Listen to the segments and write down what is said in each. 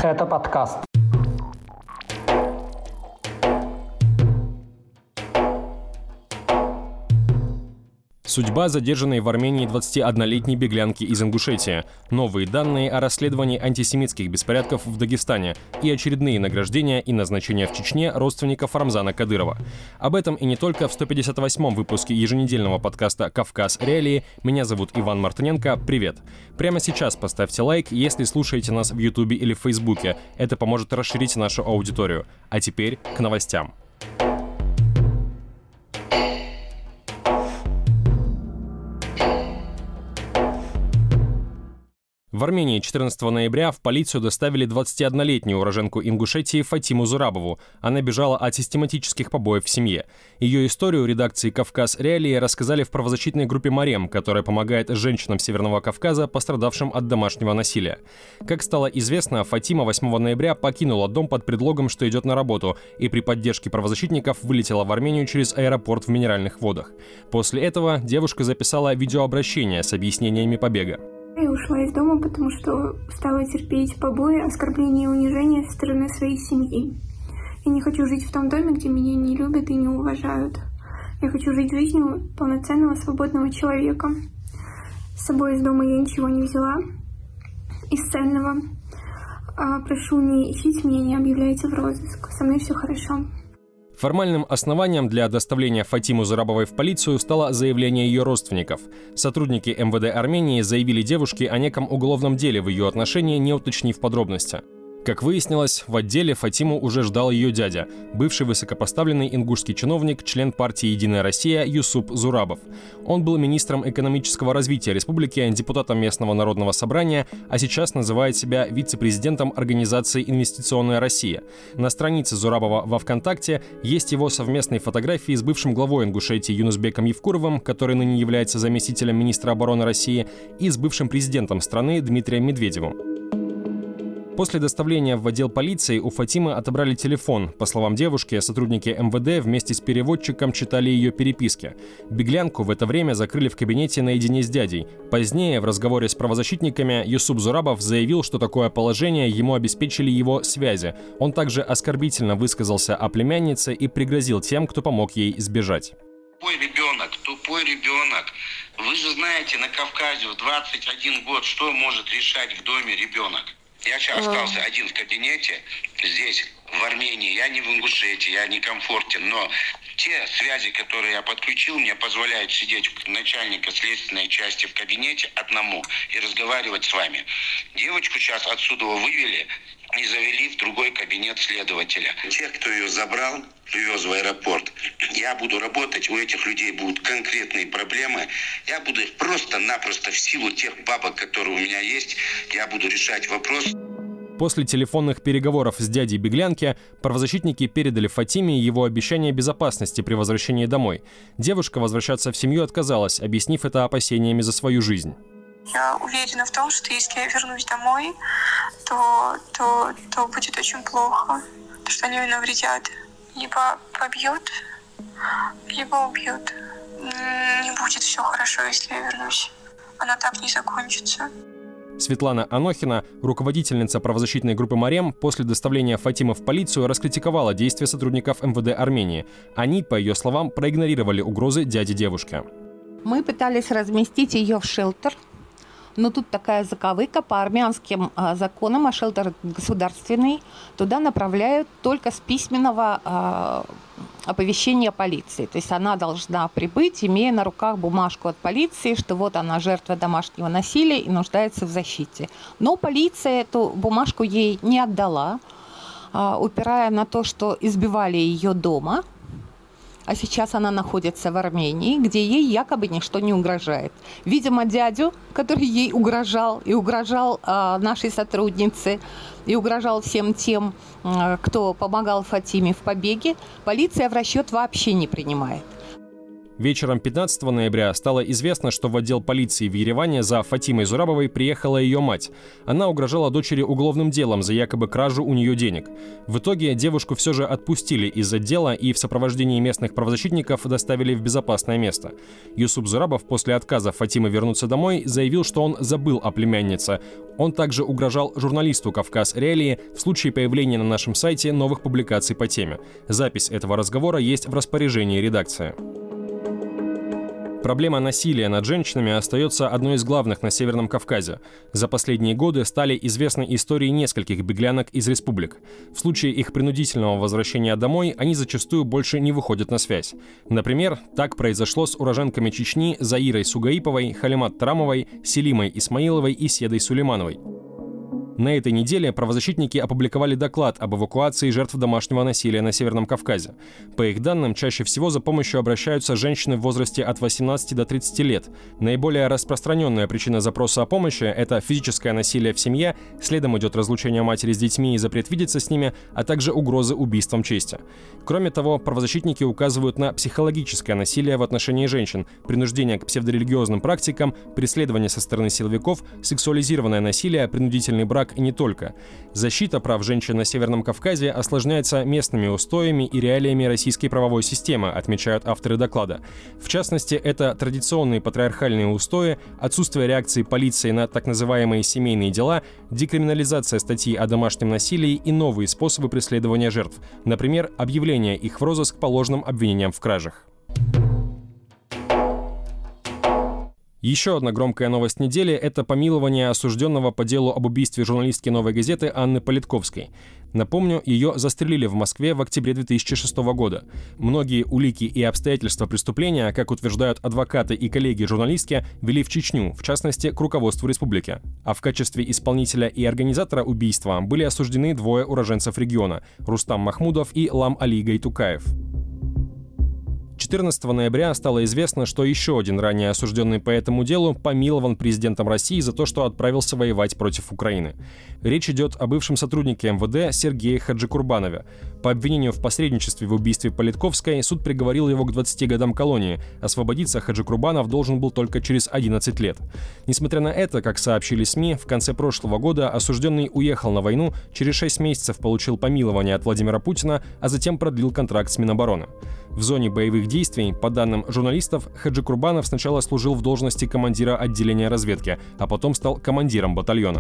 Это подкаст. Судьба задержанной в Армении 21-летней беглянки из Ингушетии, новые данные о расследовании антисемитских беспорядков в Дагестане и очередные награждения и назначения в Чечне родственников Рамзана Кадырова. Об этом и не только в 158-м выпуске еженедельного подкаста «Кавказ. Реалии». Меня зовут Иван Мартыненко. Привет! Прямо сейчас поставьте лайк, если слушаете нас в Ютубе или в Фейсбуке. Это поможет расширить нашу аудиторию. А теперь к новостям. В Армении 14 ноября в полицию доставили 21-летнюю уроженку Ингушетии Фатиму Зурабову. Она бежала от систематических побоев в семье. Ее историю редакции «Кавказ. Реалии» рассказали в правозащитной группе «Марем», которая помогает женщинам Северного Кавказа, пострадавшим от домашнего насилия. Как стало известно, Фатима 8 ноября покинула дом под предлогом, что идет на работу, и при поддержке правозащитников вылетела в Армению через аэропорт в Минеральных водах. После этого девушка записала видеообращение с объяснениями побега. Я ушла из дома, потому что стала терпеть побои, оскорбления и унижения со стороны своей семьи. Я не хочу жить в том доме, где меня не любят и не уважают. Я хочу жить жизнью полноценного свободного человека. С собой из дома я ничего не взяла из ценного. Прошу, не ищите меня, не объявляйте в розыск. Со мной все хорошо. Формальным основанием для доставления Фатимы Зурабовой в полицию стало заявление ее родственников. Сотрудники МВД Армении заявили девушке о неком уголовном деле в ее отношении, не уточнив подробности. Как выяснилось, в отделе Фатиму уже ждал ее дядя, бывший высокопоставленный ингушский чиновник, член партии «Единая Россия» Юсуп Зурабов. Он был министром экономического развития республики, депутатом местного народного собрания, а сейчас называет себя вице-президентом организации «Инвестиционная Россия». На странице Зурабова во ВКонтакте есть его совместные фотографии с бывшим главой Ингушетии Юнусбеком Евкуровым, который ныне является заместителем министра обороны России, и с бывшим президентом страны Дмитрием Медведевым. После доставления в отдел полиции у Фатимы отобрали телефон. По словам девушки, сотрудники МВД вместе с переводчиком читали ее переписки. Беглянку в это время закрыли в кабинете наедине с дядей. Позднее, в разговоре с правозащитниками, Юсуп Зурабов заявил, что такое положение ему обеспечили его связи. Он также оскорбительно высказался о племяннице и пригрозил тем, кто помог ей сбежать. Тупой ребенок. Вы же знаете, на Кавказе в 21 год что может решать в доме ребенок? Я сейчас остался один в кабинете, здесь, в Армении. Я не в Ингушетии, я не комфортен, но те связи, которые я подключил, мне позволяют сидеть начальника следственной части в кабинете одному и разговаривать с вами. Девочку сейчас отсюда вывели и завели в другой кабинет следователя. Те, кто ее забрал, привез в аэропорт, я буду работать, у этих людей будут конкретные проблемы. Я буду их просто-напросто в силу тех бабок, которые у меня есть, я буду решать вопрос. После телефонных переговоров с дядей беглянки правозащитники передали Фатиме его обещание безопасности при возвращении домой. Девушка возвращаться в семью отказалась, объяснив это опасениями за свою жизнь. Я уверена в том, что если я вернусь домой, то будет очень плохо. То, что они меня навредят. Либо побьют, либо убьют. Не будет все хорошо, если я вернусь. Оно так не закончится. Светлана Анохина, руководительница правозащитной группы «Марем», после доставления Фатимы в полицию раскритиковала действия сотрудников МВД Армении. Они, по ее словам, проигнорировали угрозы дяди девушки. Мы пытались разместить ее в шелтер, но тут такая заковыка по армянским законам, а шелтер государственный, туда направляют только с письменного оповещения полиции. То есть она должна прибыть, имея на руках бумажку от полиции, что вот она жертва домашнего насилия и нуждается в защите. Но полиция эту бумажку ей не отдала, упирая на то, что избивали ее дома. А сейчас она находится в Армении, где ей якобы ничто не угрожает. Видимо, дядю, который ей угрожал, и угрожал нашей сотруднице, и угрожал всем тем, кто помогал Фатиме в побеге, полиция в расчет вообще не принимает. Вечером 15 ноября стало известно, что в отдел полиции в Ереване за Фатимой Зурабовой приехала ее мать. Она угрожала дочери уголовным делом за якобы кражу у нее денег. В итоге девушку все же отпустили из отдела и в сопровождении местных правозащитников доставили в безопасное место. Юсуп Зурабов после отказа Фатимы вернуться домой заявил, что он забыл о племяннице. Он также угрожал журналисту «Кавказ Реалии» в случае появления на нашем сайте новых публикаций по теме. Запись этого разговора есть в распоряжении редакции. Проблема насилия над женщинами остается одной из главных на Северном Кавказе. За последние годы стали известны истории нескольких беглянок из республик. В случае их принудительного возвращения домой они зачастую больше не выходят на связь. Например, так произошло с уроженками Чечни Заирой Сугаиповой, Халимат Трамовой, Селимой Исмаиловой и Седой Сулеймановой. На этой неделе правозащитники опубликовали доклад об эвакуации жертв домашнего насилия на Северном Кавказе. По их данным, чаще всего за помощью обращаются женщины в возрасте от 18 до 30 лет. Наиболее распространенная причина запроса о помощи – это физическое насилие в семье, следом идет разлучение матери с детьми и запрет видеться с ними, а также угрозы убийством чести. Кроме того, правозащитники указывают на психологическое насилие в отношении женщин, принуждение к псевдорелигиозным практикам, преследование со стороны силовиков, сексуализированное насилие, принудительный брак и не только. Защита прав женщин на Северном Кавказе осложняется местными устоями и реалиями российской правовой системы, отмечают авторы доклада. В частности, это традиционные патриархальные устои, отсутствие реакции полиции на так называемые семейные дела, декриминализация статьи о домашнем насилии и новые способы преследования жертв, например, объявление их в розыск по ложным обвинениям в кражах. Еще одна громкая новость недели – это помилование осужденного по делу об убийстве журналистки «Новой газеты» Анны Политковской. Напомню, ее застрелили в Москве в октябре 2006 года. Многие улики и обстоятельства преступления, как утверждают адвокаты и коллеги журналистки, вели в Чечню, в частности, к руководству республики. А в качестве исполнителя и организатора убийства были осуждены двое уроженцев региона – Рустам Махмудов и Лам Али Гайтукаев. 14 ноября стало известно, что еще один ранее осужденный по этому делу помилован президентом России за то, что отправился воевать против Украины. Речь идет о бывшем сотруднике МВД Сергее Хаджикурбанове. По обвинению в посредничестве в убийстве Политковской суд приговорил его к 20 годам колонии. Освободиться Хаджикурбанов должен был только через 11 лет. Несмотря на это, как сообщили СМИ, в конце прошлого года осужденный уехал на войну, через 6 месяцев получил помилование от Владимира Путина, а затем продлил контракт с Минобороны. В зоне боевых действий, по данным журналистов, Хаджикурбанов сначала служил в должности командира отделения разведки, а потом стал командиром батальона.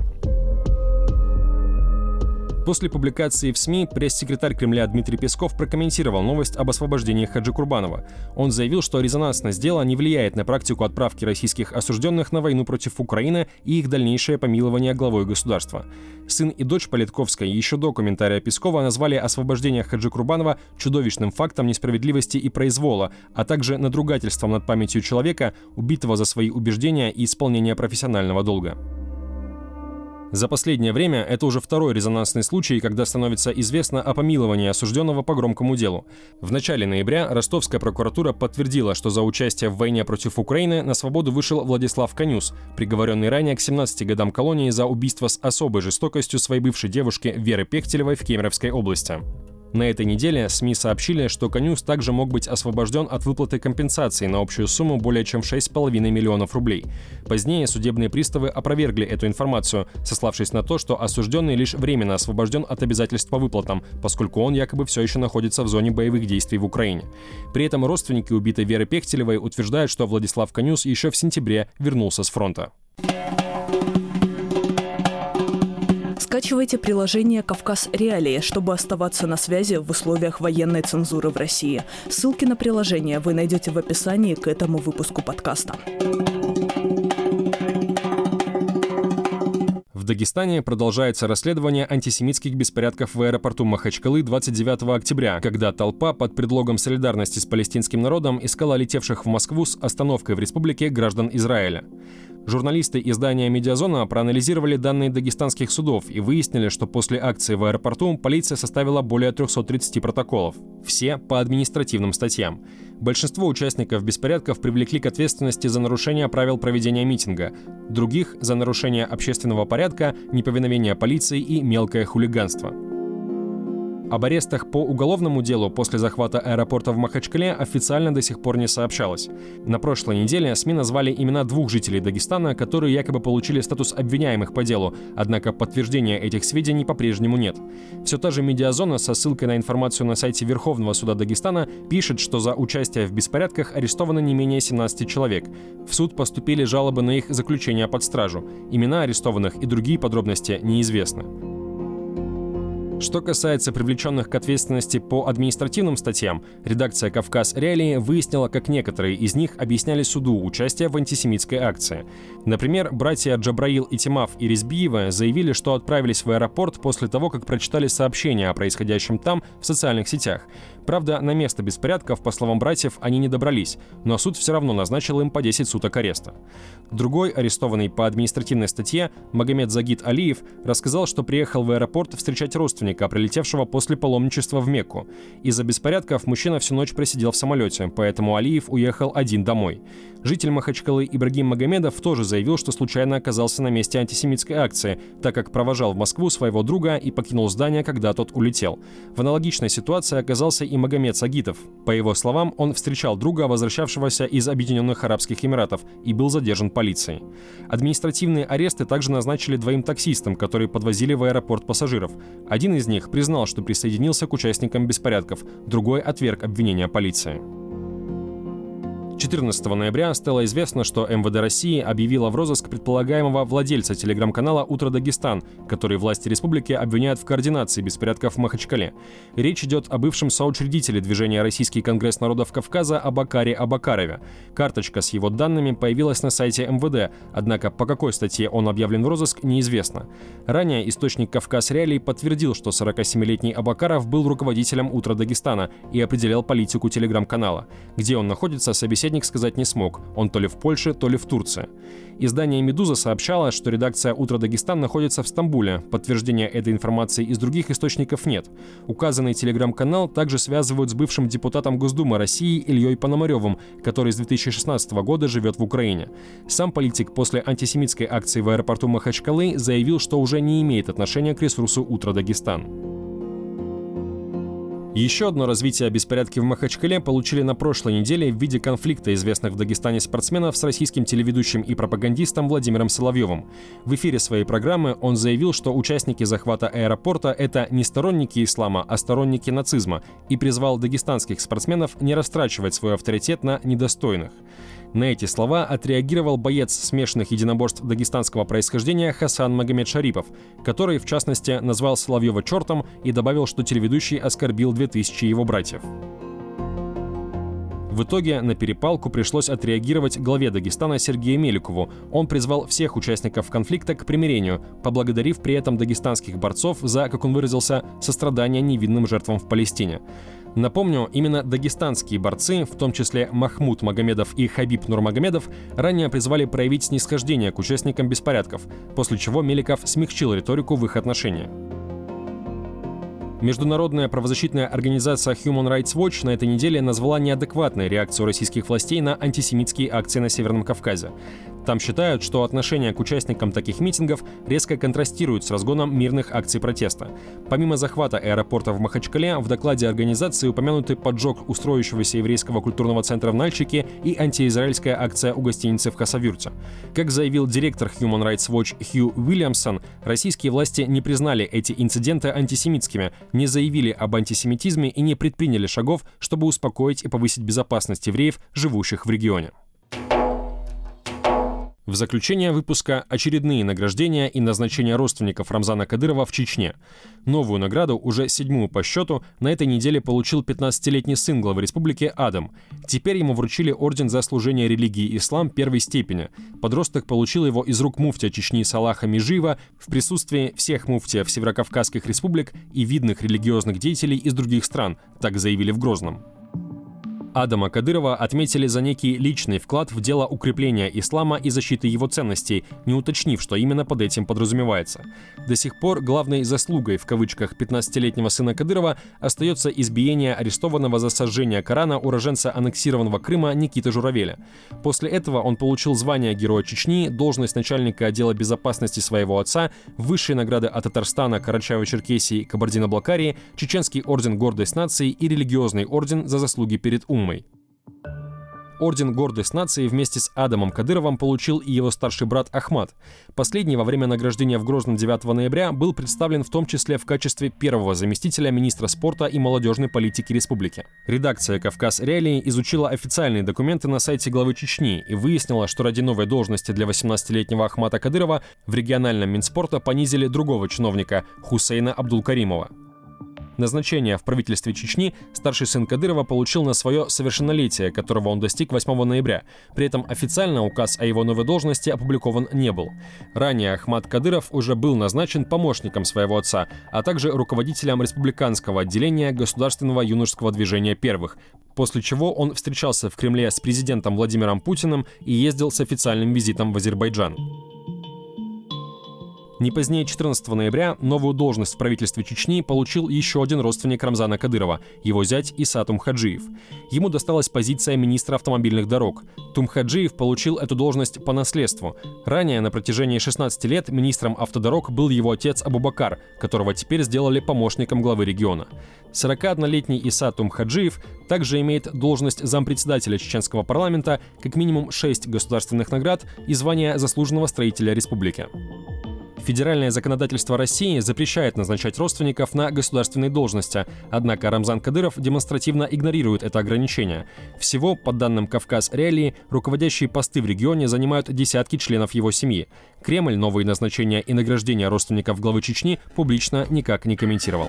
После публикации в СМИ пресс-секретарь Кремля Дмитрий Песков прокомментировал новость об освобождении Хаджикурбанова. Он заявил, что резонансность дела не влияет на практику отправки российских осужденных на войну против Украины и их дальнейшее помилование главой государства. Сын и дочь Политковской еще до комментария Пескова назвали освобождение Хаджикурбанова чудовищным фактом несправедливости и произвола, а также надругательством над памятью человека, убитого за свои убеждения и исполнение профессионального долга. За последнее время это уже второй резонансный случай, когда становится известно о помиловании осужденного по громкому делу. В начале ноября ростовская прокуратура подтвердила, что за участие в войне против Украины на свободу вышел Владислав Конюс, приговоренный ранее к 17 годам колонии за убийство с особой жестокостью своей бывшей девушки Веры Пехтелевой в Кемеровской области. На этой неделе СМИ сообщили, что Конюс также мог быть освобожден от выплаты компенсации на общую сумму более чем 6,5 миллионов рублей. Позднее судебные приставы опровергли эту информацию, сославшись на то, что осужденный лишь временно освобожден от обязательств по выплатам, поскольку он якобы все еще находится в зоне боевых действий в Украине. При этом родственники убитой Веры Пехтелевой утверждают, что Владислав Конюс еще в сентябре вернулся с фронта. Скачивайте приложение «Кавказ Реалии», чтобы оставаться на связи в условиях военной цензуры в России. Ссылки на приложение вы найдете в описании к этому выпуску подкаста. В Дагестане продолжается расследование антисемитских беспорядков в аэропорту Махачкалы 29 октября, когда толпа под предлогом солидарности с палестинским народом искала летевших в Москву с остановкой в республике граждан Израиля. Журналисты издания «Медиазона» проанализировали данные дагестанских судов и выяснили, что после акции в аэропорту полиция составила более 330 протоколов. Все по административным статьям. Большинство участников беспорядков привлекли к ответственности за нарушение правил проведения митинга, других – за нарушение общественного порядка, неповиновение полиции и мелкое хулиганство. Об арестах по уголовному делу после захвата аэропорта в Махачкале официально до сих пор не сообщалось. На прошлой неделе СМИ назвали имена 2 жителей Дагестана, которые якобы получили статус обвиняемых по делу, однако подтверждения этих сведений по-прежнему нет. Все та же «Медиазона» со ссылкой на информацию на сайте Верховного суда Дагестана пишет, что за участие в беспорядках арестовано не менее 17 человек. В суд поступили жалобы на их заключение под стражу. Имена арестованных и другие подробности неизвестны. Что касается привлеченных к ответственности по административным статьям, редакция «Кавказ Реалии» выяснила, как некоторые из них объясняли суду участие в антисемитской акции. Например, братья Джабраил и Тимав Иризбиевы заявили, что отправились в аэропорт после того, как прочитали сообщения о происходящем там в социальных сетях. Правда, на место беспорядков, по словам братьев, они не добрались, но суд все равно назначил им по 10 суток ареста. Другой, арестованный по административной статье, Магомед Загид Алиев, рассказал, что приехал в аэропорт встречать родственника, прилетевшего после паломничества в Мекку. Из-за беспорядков мужчина всю ночь просидел в самолете, поэтому Алиев уехал один домой. Житель Махачкалы Ибрагим Магомедов тоже заявил, что случайно оказался на месте антисемитской акции, так как провожал в Москву своего друга и покинул здание, когда тот улетел. В аналогичной ситуации оказался и Магомед Сагитов. По его словам, он встречал друга, возвращавшегося из Объединенных Арабских Эмиратов, и был задержан полицией. Административные аресты также назначили 2 таксистам, которые подвозили в аэропорт пассажиров. Один из них признал, что присоединился к участникам беспорядков, другой отверг обвинения полиции. 14 ноября стало известно, что МВД России объявило в розыск предполагаемого владельца телеграм-канала «Утро Дагестан», который власти республики обвиняют в координации беспорядков в Махачкале. Речь идет о бывшем соучредителе движения «Российский конгресс народов Кавказа» Абакаре Абакарове. Карточка с его данными появилась на сайте МВД, однако по какой статье он объявлен в розыск, неизвестно. Ранее источник «Кавказ Реалий» подтвердил, что 47-летний Абакаров был руководителем «Утра Дагестана» и определял политику телеграм-канала. Где он находится, собеседник сказать не смог. Он то ли в Польше, то ли в Турции. Издание «Медуза» сообщало, что редакция «Утро Дагестан» находится в Стамбуле. Подтверждения этой информации из других источников нет. Указанный телеграм-канал также связывают с бывшим депутатом Госдумы России Ильей Пономаревым, который с 2016 года живет в Украине. Сам политик после антисемитской акции в аэропорту Махачкалы заявил, что уже не имеет отношения к ресурсу «Утро Дагестан». Еще одно развитие беспорядки в Махачкале получили на прошлой неделе в виде конфликта известных в Дагестане спортсменов с российским телеведущим и пропагандистом Владимиром Соловьевым. В эфире своей программы он заявил, что участники захвата аэропорта – это не сторонники ислама, а сторонники нацизма, и призвал дагестанских спортсменов не растрачивать свой авторитет на недостойных. На эти слова отреагировал боец смешанных единоборств дагестанского происхождения Хасан Магомед Шарипов, который, в частности, назвал Соловьева чертом и добавил, что телеведущий оскорбил 2000 его братьев. В итоге на перепалку пришлось отреагировать главе Дагестана Сергею Меликову. Он призвал всех участников конфликта к примирению, поблагодарив при этом дагестанских борцов за, как он выразился, сострадание невинным жертвам в Палестине. Напомню, именно дагестанские борцы, в том числе Махмуд Магомедов и Хабиб Нурмагомедов, ранее призвали проявить снисхождение к участникам беспорядков, после чего Меликов смягчил риторику в их отношении. Международная правозащитная организация Human Rights Watch на этой неделе назвала неадекватной реакцию российских властей на антисемитские акции на Северном Кавказе. Там считают, что отношение к участникам таких митингов резко контрастирует с разгоном мирных акций протеста. Помимо захвата аэропорта в Махачкале, в докладе организации упомянуты поджог устроившегося еврейского культурного центра в Нальчике и антиизраильская акция у гостиницы в Хасавюрте. Как заявил директор Human Rights Watch Хью Уильямсон, российские власти не признали эти инциденты антисемитскими, не заявили об антисемитизме и не предприняли шагов, чтобы успокоить и повысить безопасность евреев, живущих в регионе. В заключение выпуска очередные награждения и назначения родственников Рамзана Кадырова в Чечне. Новую награду, уже 7-ю по счету, на этой неделе получил 15-летний сын главы республики Адам. Теперь ему вручили орден за служение религии ислам первой степени. Подросток получил его из рук муфтия Чечни Салаха Межиева в присутствии всех муфтиев северокавказских республик и видных религиозных деятелей из других стран, так заявили в Грозном. Адама Кадырова отметили за некий личный вклад в дело укрепления ислама и защиты его ценностей, не уточнив, что именно под этим подразумевается. До сих пор главной «заслугой» в кавычках 15-летнего сына Кадырова остается избиение арестованного за сожжение Корана уроженца аннексированного Крыма Никиты Журавеля. После этого он получил звание Героя Чечни, должность начальника отдела безопасности своего отца, высшие награды от Татарстана, Карачаево-Черкесии, Кабардино-Балкарии, Чеченский орден «Гордость нации» и религиозный орден за заслуги перед уммой. Орден «Гордость нации» вместе с Адамом Кадыровым получил и его старший брат Ахмат. Последний во время награждения в Грозном 9 ноября был представлен в том числе в качестве первого заместителя министра спорта и молодежной политики республики. Редакция «Кавказ Реалии» изучила официальные документы на сайте главы Чечни и выяснила, что ради новой должности для 18-летнего Ахмата Кадырова в региональном Минспорта понизили другого чиновника – Хусейна Абдулкаримова. Назначение в правительстве Чечни старший сын Кадырова получил на свое совершеннолетие, которого он достиг 8 ноября. При этом официально указ о его новой должности опубликован не был. Ранее Ахмат Кадыров уже был назначен помощником своего отца, а также руководителем республиканского отделения Государственного юношеского движения «Первых», после чего он встречался в Кремле с президентом Владимиром Путиным и ездил с официальным визитом в Азербайджан. Не позднее 14 ноября новую должность в правительстве Чечни получил еще один родственник Рамзана Кадырова, его зять Иса Тумхаджиев. Ему досталась позиция министра автомобильных дорог. Тумхаджиев получил эту должность по наследству. Ранее на протяжении 16 лет министром автодорог был его отец Абубакар, которого теперь сделали помощником главы региона. 41-летний Иса Тумхаджиев также имеет должность зампредседателя чеченского парламента, как минимум 6 государственных наград и звание заслуженного строителя республики. Федеральное законодательство России запрещает назначать родственников на государственные должности, однако Рамзан Кадыров демонстративно игнорирует это ограничение. Всего, по данным «Кавказ Реалии», руководящие посты в регионе занимают десятки членов его семьи. Кремль новые назначения и награждения родственников главы Чечни публично никак не комментировал.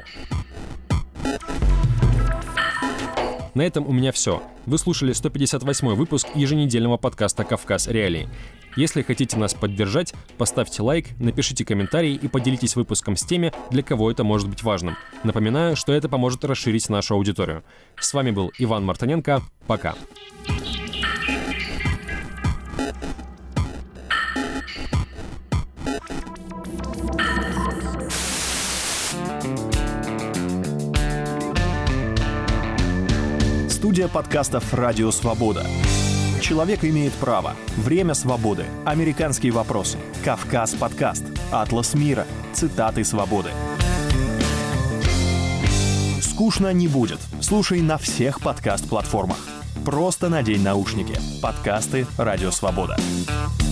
На этом у меня все. Вы слушали 158-й выпуск еженедельного подкаста «Кавказ Реалии». Если хотите нас поддержать, поставьте лайк, напишите комментарий и поделитесь выпуском с теми, для кого это может быть важным. Напоминаю, что это поможет расширить нашу аудиторию. С вами был Иван Мартыненко. Пока. Студия подкастов «Радио Свобода». Человек имеет право. Время свободы. Американские вопросы. Кавказ подкаст. Атлас мира. Цитаты свободы. Скучно не будет. Слушай на всех подкаст-платформах. Просто надень наушники. Подкасты «Радио Свобода».